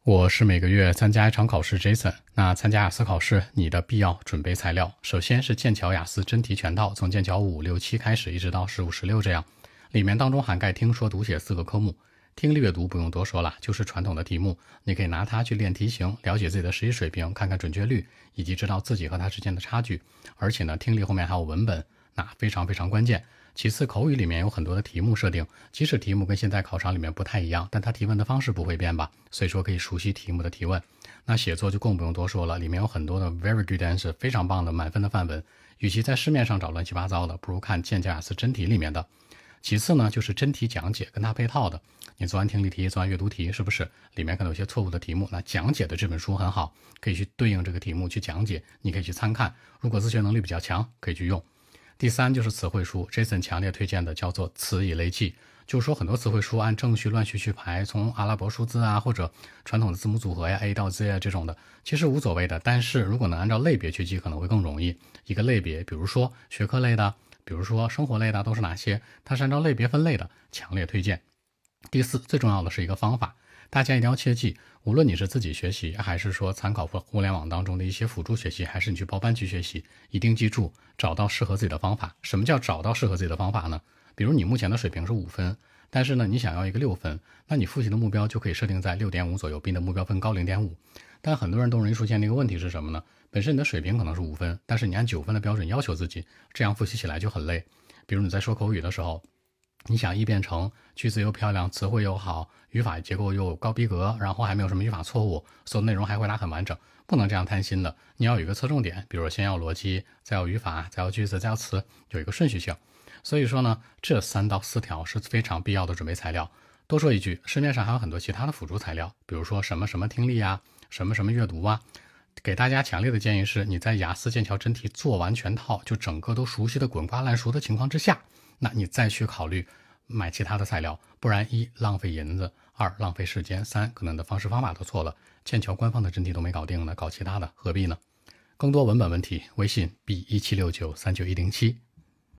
我是每个月参加一场考试 Jason。那参加雅思考试，你的必要准备材料，首先是剑桥雅思真题全套，从剑桥5、6、7开始，一直到15、16这样，里面当中涵盖听说读写4个科目。听力阅读不用多说了，就是传统的题目，你可以拿它去练题型，了解自己的实际水平，看看准确率，以及知道自己和它之间的差距。而且呢，听力后面还有文本，那非常非常关键。其次，口语里面有很多的题目设定，即使题目跟现在考场里面不太一样，但它提问的方式不会变吧，所以说可以熟悉题目的提问。那写作就更不用多说了，里面有很多的 very good answer， 非常棒的满分的范文，与其在市面上找乱七八糟的，不如看剑桥雅思真题里面的。其次呢，就是真题讲解跟它配套的，你做完听力题，做完阅读题，是不是里面可能有些错误的题目，那讲解的这本书很好，可以去对应这个题目去讲解，你可以去参看，如果自学能力比较强，可以去用。第三就是词汇书， Jason 强烈推荐的叫做词以类记，就是说很多词汇书按正序乱序去排，从阿拉伯数字啊，或者传统的字母组合呀 A 到 Z 啊这种的，其实无所谓的，但是如果能按照类别去记可能会更容易。一个类别比如说学科类的，比如说生活类的都是哪些，它是按照类别分类的，强烈推荐。第四，最重要的是一个方法，大家一定要切记，无论你是自己学习，还是说参考互联网当中的一些辅助学习，还是你去报班去学习，一定记住找到适合自己的方法。什么叫找到适合自己的方法呢？比如你目前的水平是5分，但是呢你想要一个6分，那你复习的目标就可以设定在 6.5 左右，比你的目标分高 0.5。 但很多人都容易出现的一个问题是什么呢？本身你的水平可能是5分，但是你按9分的标准要求自己，这样复习起来就很累。比如你在说口语的时候，你想易变成句子又漂亮，词汇又好，语法结构又高逼格，然后还没有什么语法错误，所有内容还回答很完整，不能这样贪心的。你要有一个侧重点，比如先要逻辑，再要语法，再要句子，再要词，有一个顺序性。所以说呢，这3到4条是非常必要的准备材料。多说一句，市面上还有很多其他的辅助材料，比如说什么什么听力啊，什么什么阅读啊。给大家强烈的建议是，你在雅思剑桥真题做完全套，就整个都熟悉的滚瓜烂熟的情况之下，那你再去考虑买其他的材料，不然1浪费银子，2浪费时间，3可能的方式方法都错了，剑桥官方的真题都没搞定呢，搞其他的何必呢？更多文本问题，微信 B176939107